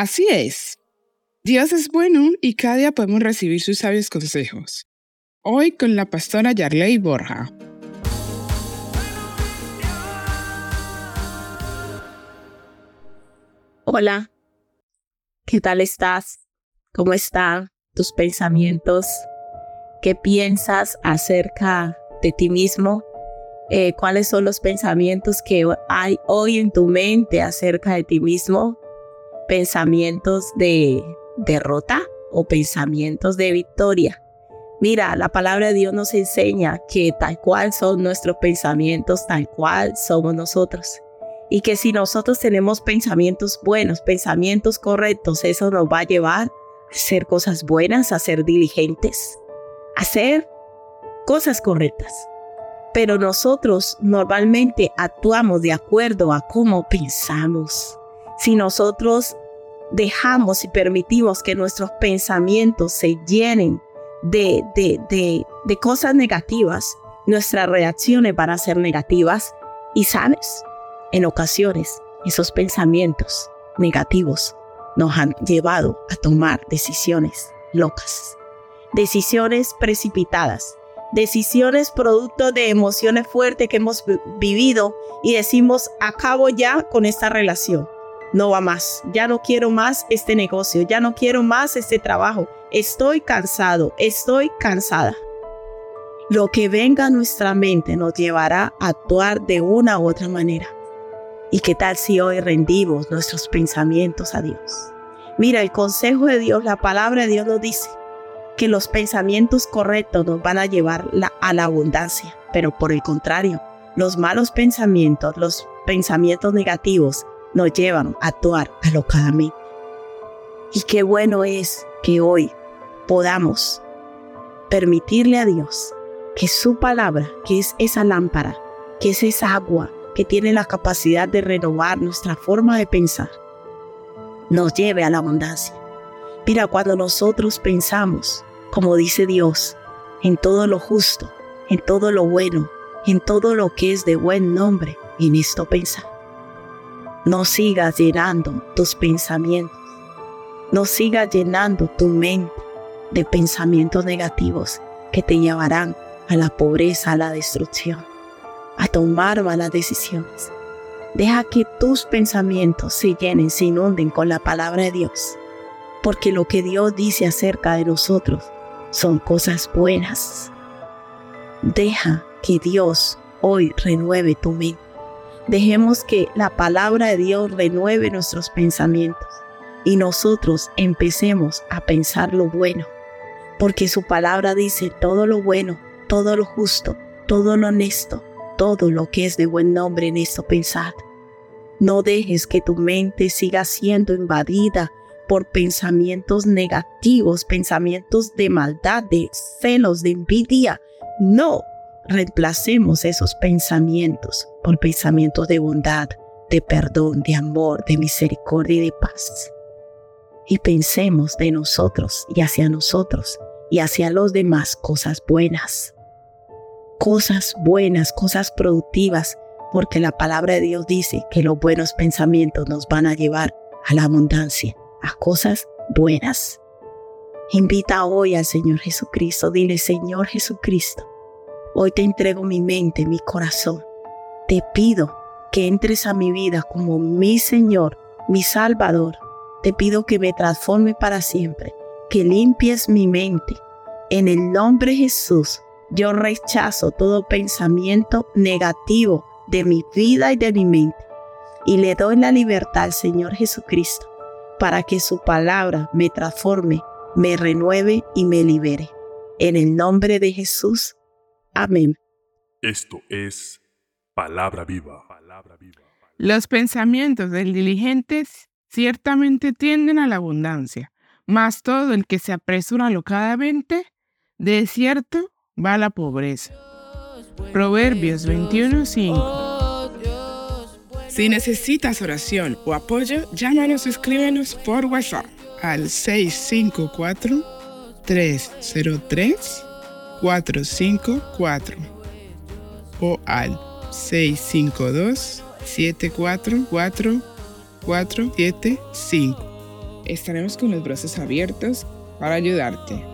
Así es. Dios es bueno y cada día podemos recibir sus sabios consejos. Hoy con la pastora Yarley Borja. Hola, ¿qué tal estás? ¿Cómo están tus pensamientos? ¿Qué piensas acerca de ti mismo? ¿Cuáles son los pensamientos que hay hoy en tu mente acerca de ti mismo? ¿Pensamientos de derrota o pensamientos de victoria? Mira, la palabra de Dios nos enseña que tal cual son nuestros pensamientos, tal cual somos nosotros. Y que si nosotros tenemos pensamientos buenos, pensamientos correctos, eso nos va a llevar a hacer cosas buenas, a ser diligentes, a hacer cosas correctas. Pero nosotros normalmente actuamos de acuerdo a cómo pensamos. Si nosotros dejamos y permitimos que nuestros pensamientos se llenen de cosas negativas, nuestras reacciones van a ser negativas y ¿sabes? En ocasiones, esos pensamientos negativos nos han llevado a tomar decisiones locas, decisiones precipitadas, decisiones producto de emociones fuertes que hemos vivido y decimos, acabo ya con esta relación, no va más, ya no quiero más este negocio, ya no quiero más este trabajo, estoy cansado, estoy cansada. Lo que venga a nuestra mente nos llevará a actuar de una u otra manera. ¿Y qué tal si hoy rendimos nuestros pensamientos a Dios? Mira, el consejo de Dios, la palabra de Dios nos dice que los pensamientos correctos nos van a llevar a la abundancia, pero por el contrario, los malos pensamientos, los pensamientos negativos nos llevan a actuar alocadamente. Y qué bueno es que hoy podamos permitirle a Dios que su palabra, que es esa lámpara, que es esa agua, que tiene la capacidad de renovar nuestra forma de pensar, nos lleve a la abundancia. Mira, cuando nosotros pensamos, como dice Dios, en todo lo justo, en todo lo bueno, en todo lo que es de buen nombre, en esto pensar. No sigas llenando tus pensamientos, no sigas llenando tu mente de pensamientos negativos que te llevarán a la pobreza, a la destrucción, a tomar malas decisiones. Deja que tus pensamientos se llenen, se inunden con la palabra de Dios, porque lo que Dios dice acerca de nosotros son cosas buenas. Deja que Dios hoy renueve tu mente. Dejemos que la palabra de Dios renueve nuestros pensamientos y nosotros empecemos a pensar lo bueno, porque su palabra dice todo lo bueno, todo lo justo, todo lo honesto, todo lo que es de buen nombre, en esto pensad. No dejes que tu mente siga siendo invadida por pensamientos negativos, pensamientos de maldad, de celos, de envidia. No, reemplacemos esos pensamientos por pensamientos de bondad, de perdón, de amor, de misericordia y de paz. Y pensemos de nosotros y hacia los demás cosas buenas. Cosas buenas, cosas productivas, porque la palabra de Dios dice que los buenos pensamientos nos van a llevar a la abundancia, a cosas buenas. Invita hoy al Señor Jesucristo, dile, Señor Jesucristo, hoy te entrego mi mente, mi corazón. Te pido que entres a mi vida como mi Señor, mi Salvador. Te pido que me transforme para siempre, que limpies mi mente. En el nombre de Jesús, yo rechazo todo pensamiento negativo de mi vida y de mi mente y le doy la libertad al Señor Jesucristo para que su palabra me transforme, me renueve y me libere. En el nombre de Jesús. Amén. Esto es Palabra Viva. Los pensamientos del diligente ciertamente tienden a la abundancia, mas todo el que se apresura alocadamente, de cierto, va a la pobreza. Proverbios 21:5. Si necesitas oración o apoyo, llámanos o escríbenos por WhatsApp al 654-303-454 o al 652-744-475. estaremos con los brazos abiertos para ayudarte.